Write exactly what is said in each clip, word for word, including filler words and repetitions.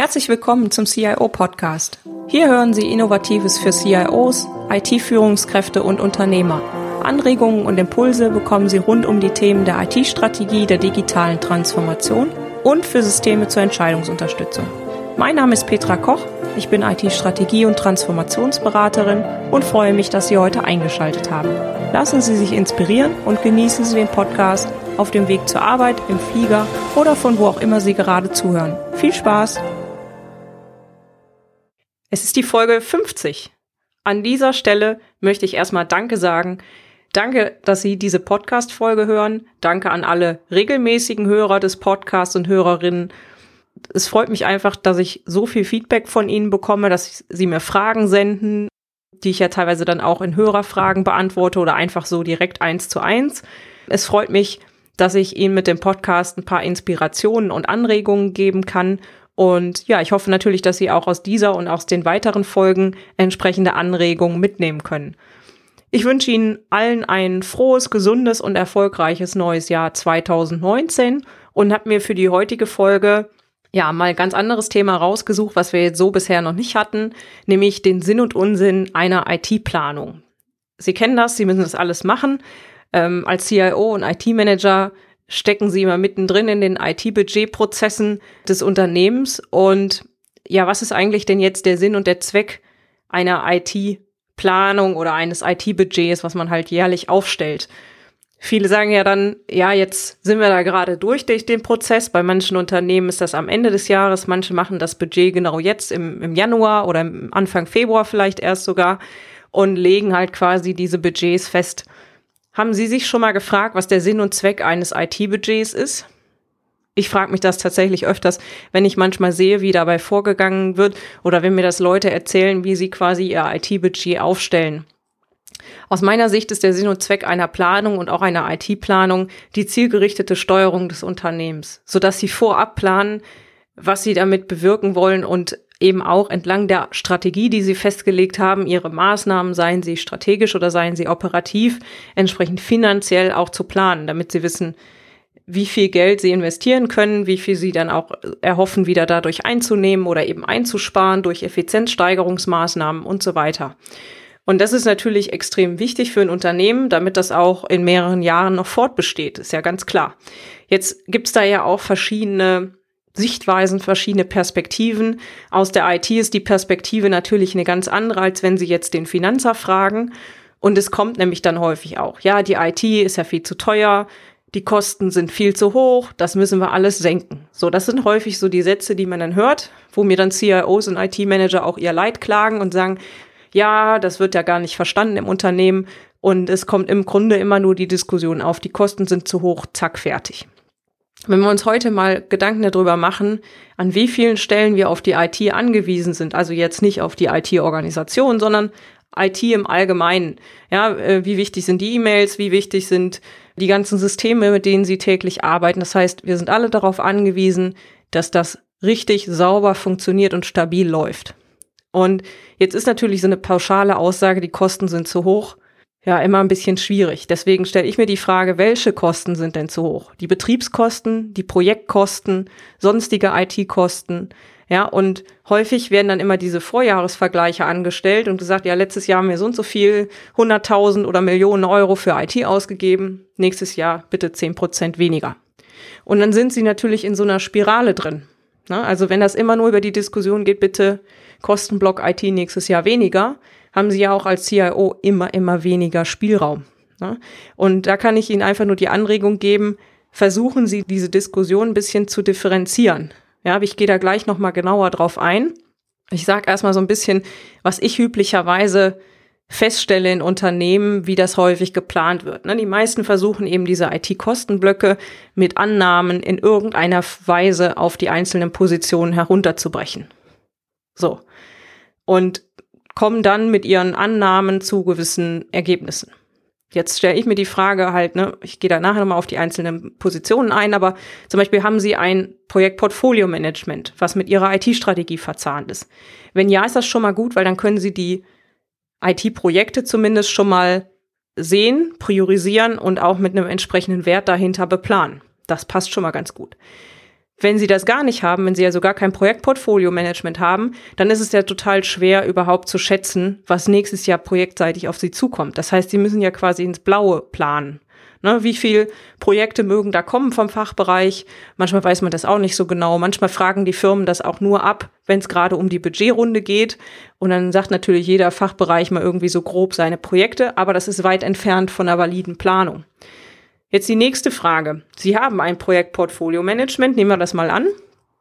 Herzlich willkommen zum C I O-Podcast. Hier hören Sie Innovatives für C I Os, I T-Führungskräfte und Unternehmer. Anregungen und Impulse bekommen Sie rund um die Themen der I T-Strategie, der digitalen Transformation und für Systeme zur Entscheidungsunterstützung. Mein Name ist Petra Koch, ich bin I T-Strategie- und Transformationsberaterin und freue mich, dass Sie heute eingeschaltet haben. Lassen Sie sich inspirieren und genießen Sie den Podcast auf dem Weg zur Arbeit, im Flieger oder von wo auch immer Sie gerade zuhören. Viel Spaß! Es ist die Folge fünfzig. An dieser Stelle möchte ich erstmal Danke sagen. Danke, dass Sie diese Podcast-Folge hören. Danke an alle regelmäßigen Hörer des Podcasts und Hörerinnen. Es freut mich einfach, dass ich so viel Feedback von Ihnen bekomme, dass Sie mir Fragen senden, die ich ja teilweise dann auch in Hörerfragen beantworte oder einfach so direkt eins zu eins. Es freut mich, dass ich Ihnen mit dem Podcast ein paar Inspirationen und Anregungen geben kann. Und ja, ich hoffe natürlich, dass Sie auch aus dieser und aus den weiteren Folgen entsprechende Anregungen mitnehmen können. Ich wünsche Ihnen allen ein frohes, gesundes und erfolgreiches neues Jahr zwanzig neunzehn und habe mir für die heutige Folge ja mal ein ganz anderes Thema rausgesucht, was wir jetzt so bisher noch nicht hatten, nämlich den Sinn und Unsinn einer I T-Planung. Sie kennen das, Sie müssen das alles machen. Ähm, als C I O und I T-Manager stecken Sie immer mittendrin in den I T-Budgetprozessen des Unternehmens. Und ja, was ist eigentlich denn jetzt der Sinn und der Zweck einer I T-Planung oder eines I T-Budgets, was man halt jährlich aufstellt? Viele sagen ja dann, ja, jetzt sind wir da gerade durch durch den Prozess. Bei manchen Unternehmen ist das am Ende des Jahres. Manche machen das Budget genau jetzt im, im Januar oder im Anfang Februar vielleicht erst sogar und legen halt quasi diese Budgets fest. Haben Sie sich schon mal gefragt, was der Sinn und Zweck eines I T-Budgets ist? Ich frage mich das tatsächlich öfters, wenn ich manchmal sehe, wie dabei vorgegangen wird oder wenn mir das Leute erzählen, wie sie quasi ihr I T-Budget aufstellen. Aus meiner Sicht ist der Sinn und Zweck einer Planung und auch einer I T-Planung die zielgerichtete Steuerung des Unternehmens, sodass Sie vorab planen, was Sie damit bewirken wollen und eben auch entlang der Strategie, die Sie festgelegt haben, Ihre Maßnahmen, seien sie strategisch oder seien sie operativ, entsprechend finanziell auch zu planen, damit Sie wissen, wie viel Geld Sie investieren können, wie viel Sie dann auch erhoffen, wieder dadurch einzunehmen oder eben einzusparen durch Effizienzsteigerungsmaßnahmen und so weiter. Und das ist natürlich extrem wichtig für ein Unternehmen, damit das auch in mehreren Jahren noch fortbesteht, ist ja ganz klar. Jetzt gibt's da ja auch verschiedene Sichtweisen, verschiedene Perspektiven. Aus der I T ist die Perspektive natürlich eine ganz andere, als wenn Sie jetzt den Finanzer fragen. Und es kommt nämlich dann häufig auch, ja, die I T ist ja viel zu teuer, die Kosten sind viel zu hoch, das müssen wir alles senken. So, das sind häufig so die Sätze, die man dann hört, wo mir dann C I Os und I T-Manager auch ihr Leid klagen und sagen, ja, das wird ja gar nicht verstanden im Unternehmen und es kommt im Grunde immer nur die Diskussion auf, die Kosten sind zu hoch, zack, fertig. Wenn wir uns heute mal Gedanken darüber machen, an wie vielen Stellen wir auf die I T angewiesen sind, also jetzt nicht auf die I T-Organisation, sondern I T im Allgemeinen. Ja, wie wichtig sind die E-Mails, wie wichtig sind die ganzen Systeme, mit denen Sie täglich arbeiten. Das heißt, wir sind alle darauf angewiesen, dass das richtig sauber funktioniert und stabil läuft. Und jetzt ist natürlich so eine pauschale Aussage, die Kosten sind zu hoch, ja, immer ein bisschen schwierig. Deswegen stelle ich mir die Frage, welche Kosten sind denn zu hoch? Die Betriebskosten, die Projektkosten, sonstige I T-Kosten, ja, und häufig werden dann immer diese Vorjahresvergleiche angestellt und gesagt, ja, letztes Jahr haben wir so und so viel, hunderttausend oder Millionen Euro für I T ausgegeben, nächstes Jahr bitte zehn Prozent weniger. Und dann sind Sie natürlich in so einer Spirale drin. Ne? Also wenn das immer nur über die Diskussion geht, bitte Kostenblock I T nächstes Jahr weniger, haben Sie ja auch als C I O immer, immer weniger Spielraum. Ne? Und da kann ich Ihnen einfach nur die Anregung geben, versuchen Sie diese Diskussion ein bisschen zu differenzieren. Ja, aber ich gehe da gleich nochmal genauer drauf ein. Ich sage erstmal so ein bisschen, was ich üblicherweise feststelle in Unternehmen, wie das häufig geplant wird. Ne? Die meisten versuchen eben diese I T-Kostenblöcke mit Annahmen in irgendeiner Weise auf die einzelnen Positionen herunterzubrechen. So. Und kommen dann mit ihren Annahmen zu gewissen Ergebnissen. Jetzt stelle ich mir die Frage halt, ne, ich gehe da nachher nochmal auf die einzelnen Positionen ein, aber zum Beispiel haben Sie ein Projektportfolio-Management, was mit Ihrer I T-Strategie verzahnt ist. Wenn ja, ist das schon mal gut, weil dann können Sie die I T-Projekte zumindest schon mal sehen, priorisieren und auch mit einem entsprechenden Wert dahinter beplanen. Das passt schon mal ganz gut. Wenn Sie das gar nicht haben, wenn Sie also gar kein Projektportfolio-Management haben, dann ist es ja total schwer, überhaupt zu schätzen, was nächstes Jahr projektseitig auf Sie zukommt. Das heißt, Sie müssen ja quasi ins Blaue planen. Ne, wie viel Projekte mögen da kommen vom Fachbereich? Manchmal weiß man das auch nicht so genau. Manchmal fragen die Firmen das auch nur ab, wenn es gerade um die Budgetrunde geht. Und dann sagt natürlich jeder Fachbereich mal irgendwie so grob seine Projekte, aber das ist weit entfernt von einer validen Planung. Jetzt die nächste Frage. Sie haben ein Projektportfolio-Management, nehmen wir das mal an.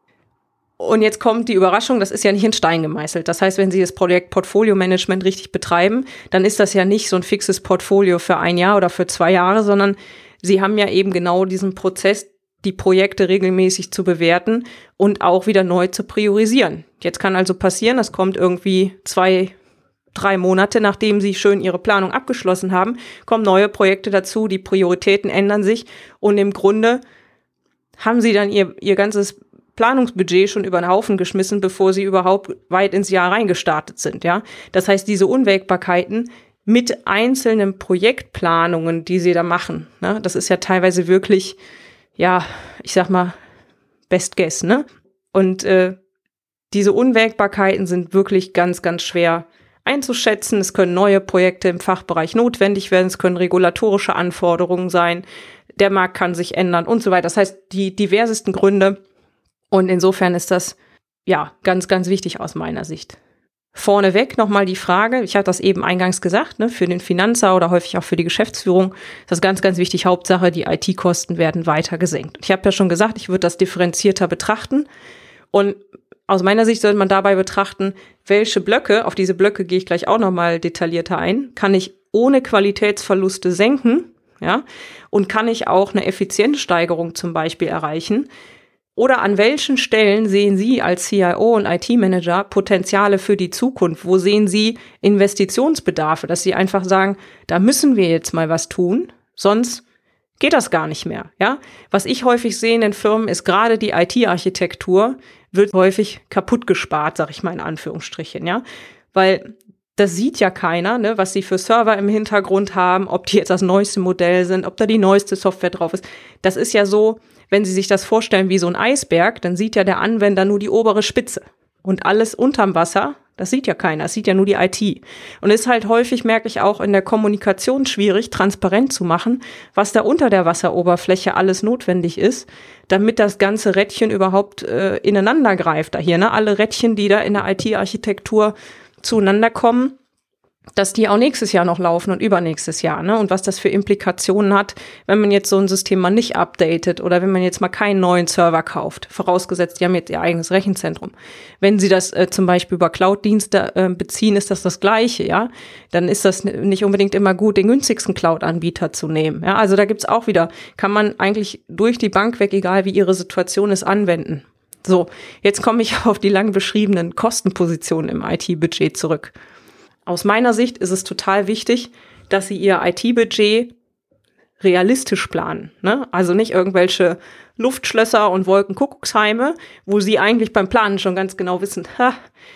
Und jetzt kommt die Überraschung, das ist ja nicht in Stein gemeißelt. Das heißt, wenn Sie das Projekt-Portfolio-Management richtig betreiben, dann ist das ja nicht so ein fixes Portfolio für ein Jahr oder für zwei Jahre, sondern Sie haben ja eben genau diesen Prozess, die Projekte regelmäßig zu bewerten und auch wieder neu zu priorisieren. Jetzt kann also passieren, das kommt irgendwie zwei, drei Monate, nachdem Sie schön Ihre Planung abgeschlossen haben, kommen neue Projekte dazu, die Prioritäten ändern sich und im Grunde haben Sie dann Ihr, Ihr ganzes Planungsbudget schon über den Haufen geschmissen, bevor sie überhaupt weit ins Jahr reingestartet sind, ja. Das heißt, diese Unwägbarkeiten mit einzelnen Projektplanungen, die sie da machen, ne, das ist ja teilweise wirklich, ja, ich sag mal, Best Guess, ne? Und äh, diese Unwägbarkeiten sind wirklich ganz, ganz schwer einzuschätzen. Es können neue Projekte im Fachbereich notwendig werden, es können regulatorische Anforderungen sein, der Markt kann sich ändern und so weiter. Das heißt, die diversesten Gründe. Und insofern ist das, ja, ganz, ganz wichtig aus meiner Sicht. Vorneweg nochmal die Frage, ich hatte das eben eingangs gesagt, ne, für den Finanzer oder häufig auch für die Geschäftsführung ist das ganz, ganz wichtig. Hauptsache, die I T-Kosten werden weiter gesenkt. Ich habe ja schon gesagt, ich würde das differenzierter betrachten. Und aus meiner Sicht sollte man dabei betrachten, welche Blöcke, auf diese Blöcke gehe ich gleich auch nochmal detaillierter ein, kann ich ohne Qualitätsverluste senken, ja, und kann ich auch eine Effizienzsteigerung zum Beispiel erreichen. Oder an welchen Stellen sehen Sie als C I O und I T-Manager Potenziale für die Zukunft? Wo sehen Sie Investitionsbedarfe, dass Sie einfach sagen, da müssen wir jetzt mal was tun, sonst geht das gar nicht mehr, ja? Was ich häufig sehe in den Firmen ist gerade die I T-Architektur wird häufig kaputt gespart, sag ich mal in Anführungsstrichen, ja? Weil das sieht ja keiner, ne, was sie für Server im Hintergrund haben, ob die jetzt das neueste Modell sind, ob da die neueste Software drauf ist. Das ist ja so, wenn Sie sich das vorstellen wie so ein Eisberg, dann sieht ja der Anwender nur die obere Spitze. Und alles unterm Wasser, das sieht ja keiner, das sieht ja nur die I T. Und es ist halt häufig, merke ich auch, in der Kommunikation schwierig, transparent zu machen, was da unter der Wasseroberfläche alles notwendig ist, damit das ganze Rädchen überhaupt äh, ineinander greift. Da hier, ne, alle Rädchen, die da in der I T-Architektur zueinander kommen, dass die auch nächstes Jahr noch laufen und übernächstes Jahr, ne? Und was das für Implikationen hat, wenn man jetzt so ein System mal nicht updatet oder wenn man jetzt mal keinen neuen Server kauft, vorausgesetzt, die haben jetzt ihr eigenes Rechenzentrum. Wenn Sie das äh, zum Beispiel über Cloud-Dienste äh, beziehen, ist das das Gleiche, ja? Dann ist das nicht unbedingt immer gut, den günstigsten Cloud-Anbieter zu nehmen, ja? Also da gibt's auch wieder, kann man eigentlich durch die Bank weg, egal wie Ihre Situation ist, anwenden. So, jetzt komme ich auf die lang beschriebenen Kostenpositionen im I T-Budget zurück. Aus meiner Sicht ist es total wichtig, dass Sie Ihr I T-Budget realistisch planen, ne? Also nicht irgendwelche Luftschlösser und Wolkenkuckucksheime, wo Sie eigentlich beim Planen schon ganz genau wissen, ha,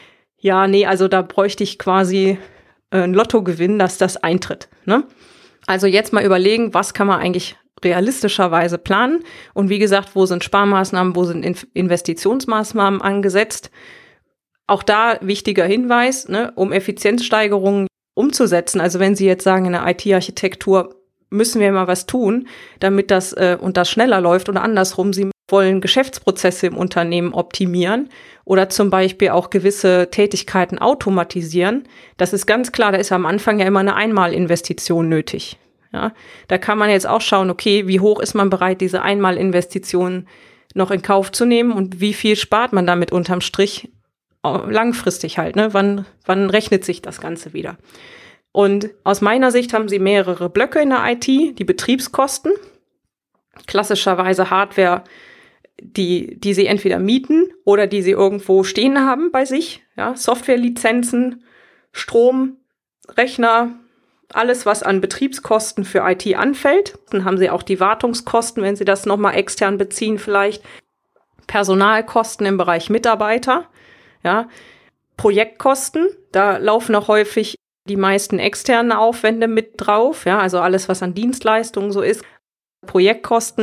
ja, nee, also da bräuchte ich quasi ein Lottogewinn, dass das eintritt, ne? Also jetzt mal überlegen, was kann man eigentlich realistischerweise planen? Und wie gesagt, wo sind Sparmaßnahmen, wo sind Investitionsmaßnahmen angesetzt? Auch da wichtiger Hinweis, ne, um Effizienzsteigerungen umzusetzen. Also wenn Sie jetzt sagen, in der I T-Architektur müssen wir mal was tun, damit das äh, und das schneller läuft oder andersrum, Sie wollen Geschäftsprozesse im Unternehmen optimieren oder zum Beispiel auch gewisse Tätigkeiten automatisieren. Das ist ganz klar, da ist am Anfang ja immer eine Einmalinvestition nötig. Ja, da kann man jetzt auch schauen, okay, wie hoch ist man bereit, diese Einmalinvestitionen noch in Kauf zu nehmen und wie viel spart man damit unterm Strich langfristig halt, ne? Wann, wann rechnet sich das Ganze wieder? Und aus meiner Sicht haben Sie mehrere Blöcke in der I T, die Betriebskosten, klassischerweise Hardware, die, die Sie entweder mieten oder die Sie irgendwo stehen haben bei sich, ja, Softwarelizenzen, Strom, Rechner, alles, was an Betriebskosten für I T anfällt. Dann haben Sie auch die Wartungskosten, wenn Sie das nochmal extern beziehen vielleicht, Personalkosten im Bereich Mitarbeiter, ja, Projektkosten, da laufen auch häufig die meisten externen Aufwände mit drauf, ja, also alles, was an Dienstleistungen so ist. Projektkosten,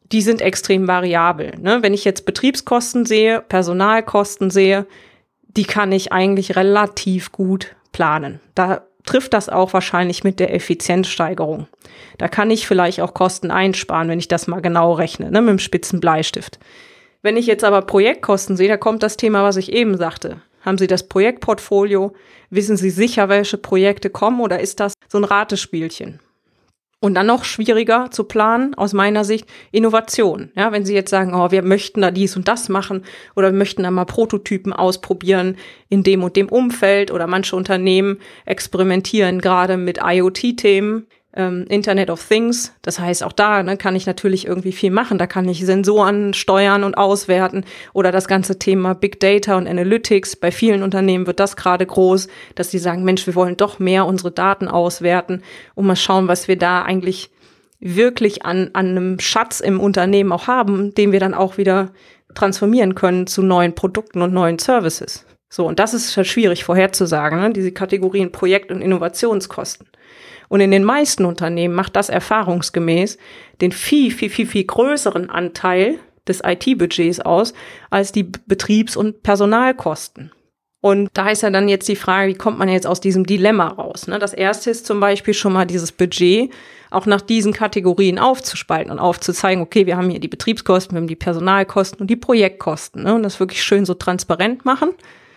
die sind extrem variabel. Ne? Wenn ich jetzt Betriebskosten sehe, Personalkosten sehe, die kann ich eigentlich relativ gut planen. Da trifft das auch wahrscheinlich mit der Effizienzsteigerung. Da kann ich vielleicht auch Kosten einsparen, wenn ich das mal genau rechne, ne, mit dem spitzen Bleistift. Wenn ich jetzt aber Projektkosten sehe, da kommt das Thema, was ich eben sagte. Haben Sie das Projektportfolio? Wissen Sie sicher, welche Projekte kommen, oder ist das so ein Ratespielchen? Und dann noch schwieriger zu planen, aus meiner Sicht, Innovation. Ja, wenn Sie jetzt sagen, oh, wir möchten da dies und das machen oder wir möchten da mal Prototypen ausprobieren in dem und dem Umfeld, oder manche Unternehmen experimentieren gerade mit I O T-Themen, ähm, Internet of Things. Das heißt, auch da ne, kann ich natürlich irgendwie viel machen. Da kann ich Sensoren steuern und auswerten, oder das ganze Thema Big Data und Analytics. Bei vielen Unternehmen wird das gerade groß, dass die sagen, Mensch, wir wollen doch mehr unsere Daten auswerten und mal schauen, was wir da eigentlich wirklich an, an einem Schatz im Unternehmen auch haben, den wir dann auch wieder transformieren können zu neuen Produkten und neuen Services. So, und das ist halt schwierig vorherzusagen, ne? Diese Kategorien Projekt- und Innovationskosten. Und in den meisten Unternehmen macht das erfahrungsgemäß den viel, viel, viel, viel größeren Anteil des I T-Budgets aus als die Betriebs- und Personalkosten. Und da ist ja dann jetzt die Frage, wie kommt man jetzt aus diesem Dilemma raus? Ne? Das erste ist zum Beispiel schon mal dieses Budget auch nach diesen Kategorien aufzuspalten und aufzuzeigen, okay, wir haben hier die Betriebskosten, wir haben die Personalkosten und die Projektkosten. Ne? Und das wirklich schön so transparent machen.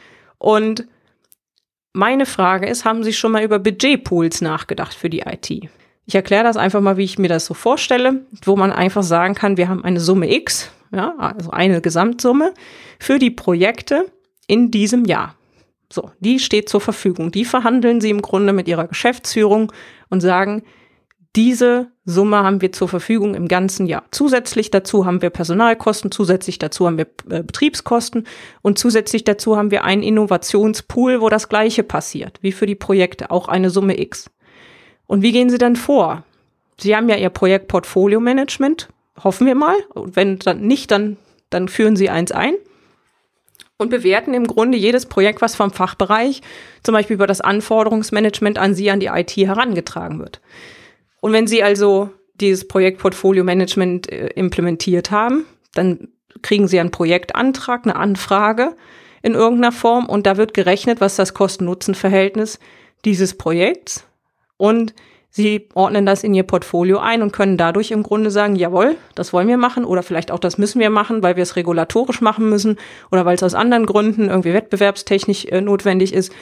Und meine Frage ist, haben Sie schon mal über Budgetpools nachgedacht für die I T? Ich erkläre das einfach mal, wie ich mir das so vorstelle, wo man einfach sagen kann, wir haben eine Summe X, ja, also eine Gesamtsumme für die Projekte in diesem Jahr. So, die steht zur Verfügung. Die verhandeln Sie im Grunde mit Ihrer Geschäftsführung und sagen, diese Summe haben wir zur Verfügung im ganzen Jahr. Zusätzlich dazu haben wir Personalkosten, zusätzlich dazu haben wir äh, Betriebskosten und zusätzlich dazu haben wir einen Innovationspool, wo das Gleiche passiert, wie für die Projekte, auch eine Summe X. Und wie gehen Sie dann vor? Sie haben ja Ihr Projektportfolio-Management, hoffen wir mal. Und wenn dann nicht, dann, dann führen Sie eins ein und bewerten im Grunde jedes Projekt, was vom Fachbereich, zum Beispiel über das Anforderungsmanagement an Sie, an die I T herangetragen wird. Und wenn Sie also dieses Projektportfolio-Management äh, implementiert haben, dann kriegen Sie einen Projektantrag, eine Anfrage in irgendeiner Form, und da wird gerechnet, was das Kosten-Nutzen-Verhältnis dieses Projekts, und Sie ordnen das in Ihr Portfolio ein und können dadurch im Grunde sagen, jawohl, das wollen wir machen, oder vielleicht auch das müssen wir machen, weil wir es regulatorisch machen müssen oder weil es aus anderen Gründen irgendwie wettbewerbstechnisch äh, notwendig ist.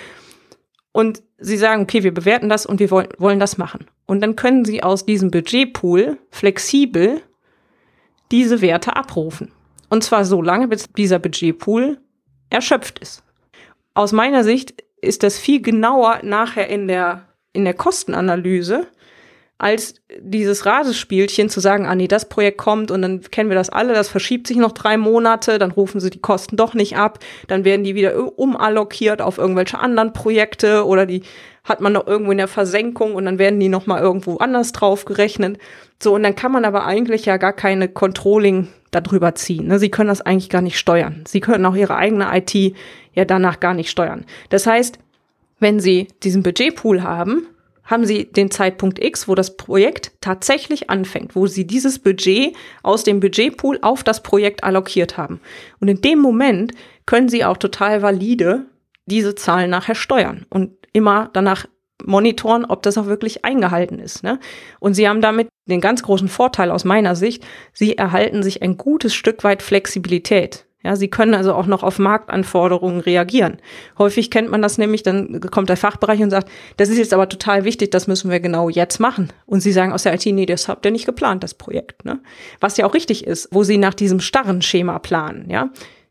Und Sie sagen, okay, wir bewerten das und wir wollen, wollen das machen. Und dann können Sie aus diesem Budgetpool flexibel diese Werte abrufen. Und zwar so lange, bis dieser Budgetpool erschöpft ist. Aus meiner Sicht ist das viel genauer nachher in der, in der Kostenanalyse, als dieses Ratespielchen zu sagen, ah nee, das Projekt kommt und dann kennen wir das alle, das verschiebt sich noch drei Monate, dann rufen sie die Kosten doch nicht ab, dann werden die wieder umallokiert auf irgendwelche anderen Projekte, oder die hat man noch irgendwo in der Versenkung und dann werden die noch mal irgendwo anders drauf gerechnet. So, und dann kann man aber eigentlich ja gar keine Controlling darüber ziehen. Ne? Sie können das eigentlich gar nicht steuern. Sie können auch Ihre eigene I T ja danach gar nicht steuern. Das heißt, wenn Sie diesen Budgetpool haben, haben Sie den Zeitpunkt X, wo das Projekt tatsächlich anfängt, wo Sie dieses Budget aus dem Budgetpool auf das Projekt allokiert haben. Und in dem Moment können Sie auch total valide diese Zahlen nachher steuern und immer danach monitoren, ob das auch wirklich eingehalten ist. Ne? Und Sie haben damit den ganz großen Vorteil aus meiner Sicht, Sie erhalten sich ein gutes Stück weit Flexibilität. Ja, Sie können also auch noch auf Marktanforderungen reagieren. Häufig kennt man das nämlich, dann kommt der Fachbereich und sagt, das ist jetzt aber total wichtig, das müssen wir genau jetzt machen. Und Sie sagen aus der I T, nee, das habt ihr nicht geplant, das Projekt. Ne? Was ja auch richtig ist, wo Sie nach diesem starren Schema planen. Ja?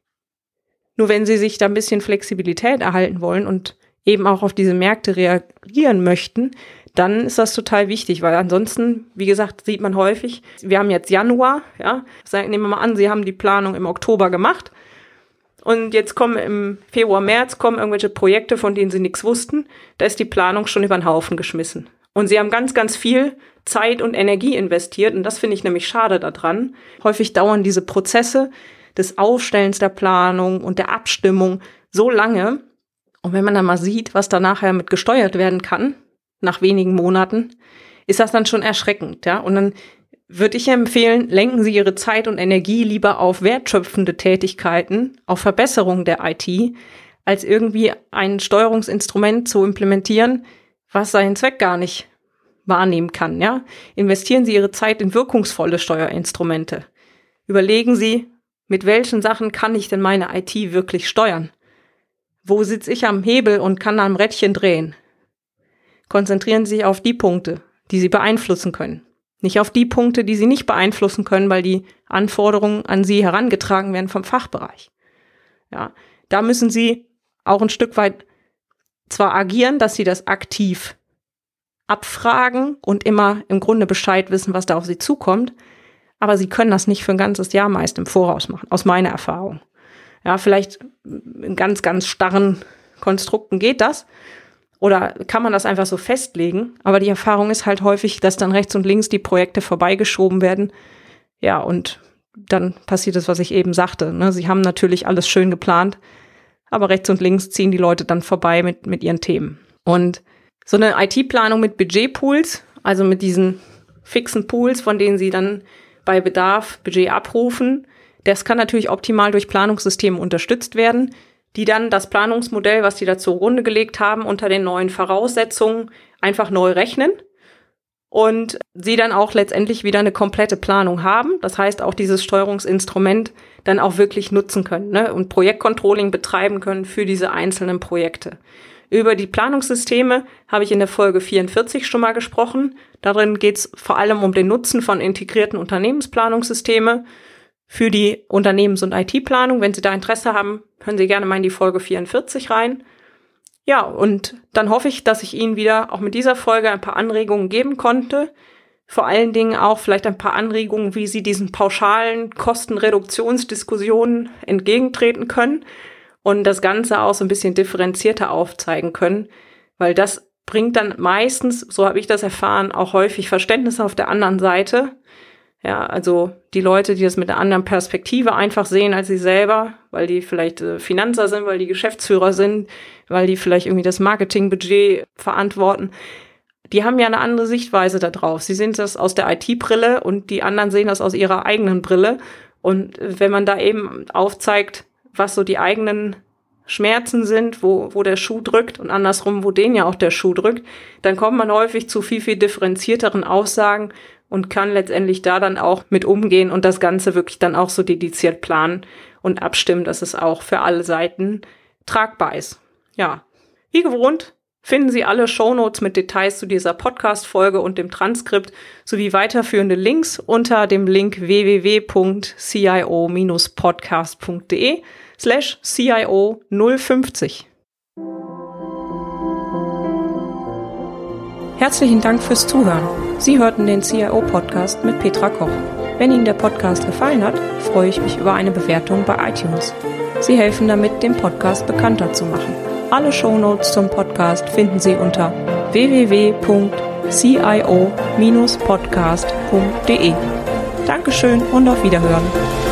Nur wenn Sie sich da ein bisschen Flexibilität erhalten wollen und eben auch auf diese Märkte reagieren möchten, dann ist das total wichtig, weil ansonsten, wie gesagt, sieht man häufig, wir haben jetzt Januar, ja, sagen, nehmen wir mal an, Sie haben die Planung im Oktober gemacht und jetzt kommen im Februar, März kommen irgendwelche Projekte, von denen Sie nichts wussten, da ist die Planung schon über den Haufen geschmissen. Und Sie haben ganz, ganz viel Zeit und Energie investiert und das finde ich nämlich schade daran. Häufig dauern diese Prozesse des Aufstellens der Planung und der Abstimmung so lange, und wenn man dann mal sieht, was da nachher mit gesteuert werden kann, nach wenigen Monaten, ist das dann schon erschreckend, ja. Und dann würde ich empfehlen, lenken Sie Ihre Zeit und Energie lieber auf wertschöpfende Tätigkeiten, auf Verbesserung der I T, als irgendwie ein Steuerungsinstrument zu implementieren, was seinen Zweck gar nicht wahrnehmen kann. Ja? Investieren Sie Ihre Zeit in wirkungsvolle Steuerinstrumente. Überlegen Sie, mit welchen Sachen kann ich denn meine I T wirklich steuern? Wo sitze ich am Hebel und kann am Rädchen drehen? Konzentrieren Sie sich auf die Punkte, die Sie beeinflussen können. Nicht auf die Punkte, die Sie nicht beeinflussen können, weil die Anforderungen an Sie herangetragen werden vom Fachbereich. Ja, da müssen Sie auch ein Stück weit zwar agieren, dass Sie das aktiv abfragen und immer im Grunde Bescheid wissen, was da auf Sie zukommt, aber Sie können das nicht für ein ganzes Jahr meist im Voraus machen, aus meiner Erfahrung. Ja, vielleicht in ganz, ganz starren Konstrukten geht das. Oder kann man das einfach so festlegen? Aber die Erfahrung ist halt häufig, dass dann rechts und links die Projekte vorbeigeschoben werden. Ja, und dann passiert es, was ich eben sagte. Ne? Sie haben natürlich alles schön geplant, aber rechts und links ziehen die Leute dann vorbei mit, mit ihren Themen. Und so eine I T-Planung mit Budgetpools, also mit diesen fixen Pools, von denen Sie dann bei Bedarf Budget abrufen, das kann natürlich optimal durch Planungssysteme unterstützt werden, die dann das Planungsmodell, was die da zugrunde gelegt haben, unter den neuen Voraussetzungen einfach neu rechnen und sie dann auch letztendlich wieder eine komplette Planung haben. Das heißt, auch dieses Steuerungsinstrument dann auch wirklich nutzen können, ne? Und Projektcontrolling betreiben können für diese einzelnen Projekte. Über die Planungssysteme habe ich in der Folge vierundvierzig schon mal gesprochen. Darin geht es vor allem um den Nutzen von integrierten Unternehmensplanungssystemen für die Unternehmens- und I T-Planung. Wenn Sie da Interesse haben, hören Sie gerne mal in die Folge vierundvierzig rein. Ja, und dann hoffe ich, dass ich Ihnen wieder auch mit dieser Folge ein paar Anregungen geben konnte. Vor allen Dingen auch vielleicht ein paar Anregungen, wie Sie diesen pauschalen Kostenreduktionsdiskussionen entgegentreten können und das Ganze auch so ein bisschen differenzierter aufzeigen können, weil das bringt dann meistens, so habe ich das erfahren, auch häufig Verständnis auf der anderen Seite. Ja, also die Leute, die das mit einer anderen Perspektive einfach sehen als sie selber, weil die vielleicht äh, Finanzer sind, weil die Geschäftsführer sind, weil die vielleicht irgendwie das Marketingbudget verantworten, die haben ja eine andere Sichtweise da drauf. Sie sehen das aus der I T-Brille und die anderen sehen das aus ihrer eigenen Brille. Und wenn man da eben aufzeigt, was so die eigenen Schmerzen sind, wo, wo der Schuh drückt und andersrum, wo denen ja auch der Schuh drückt, dann kommt man häufig zu viel, viel differenzierteren Aussagen und kann letztendlich da dann auch mit umgehen und das Ganze wirklich dann auch so dediziert planen und abstimmen, dass es auch für alle Seiten tragbar ist. Ja, wie gewohnt finden Sie alle Shownotes mit Details zu dieser Podcast-Folge und dem Transkript sowie weiterführende Links unter dem Link www.cio-podcast.de slash CIO null fünfzig. Herzlichen Dank fürs Zuhören. Sie hörten den C I O-Podcast mit Petra Koch. Wenn Ihnen der Podcast gefallen hat, freue ich mich über eine Bewertung bei iTunes. Sie helfen damit, den Podcast bekannter zu machen. Alle Shownotes zum Podcast finden Sie unter w w w punkt c i o dash podcast punkt d e. Dankeschön und auf Wiederhören.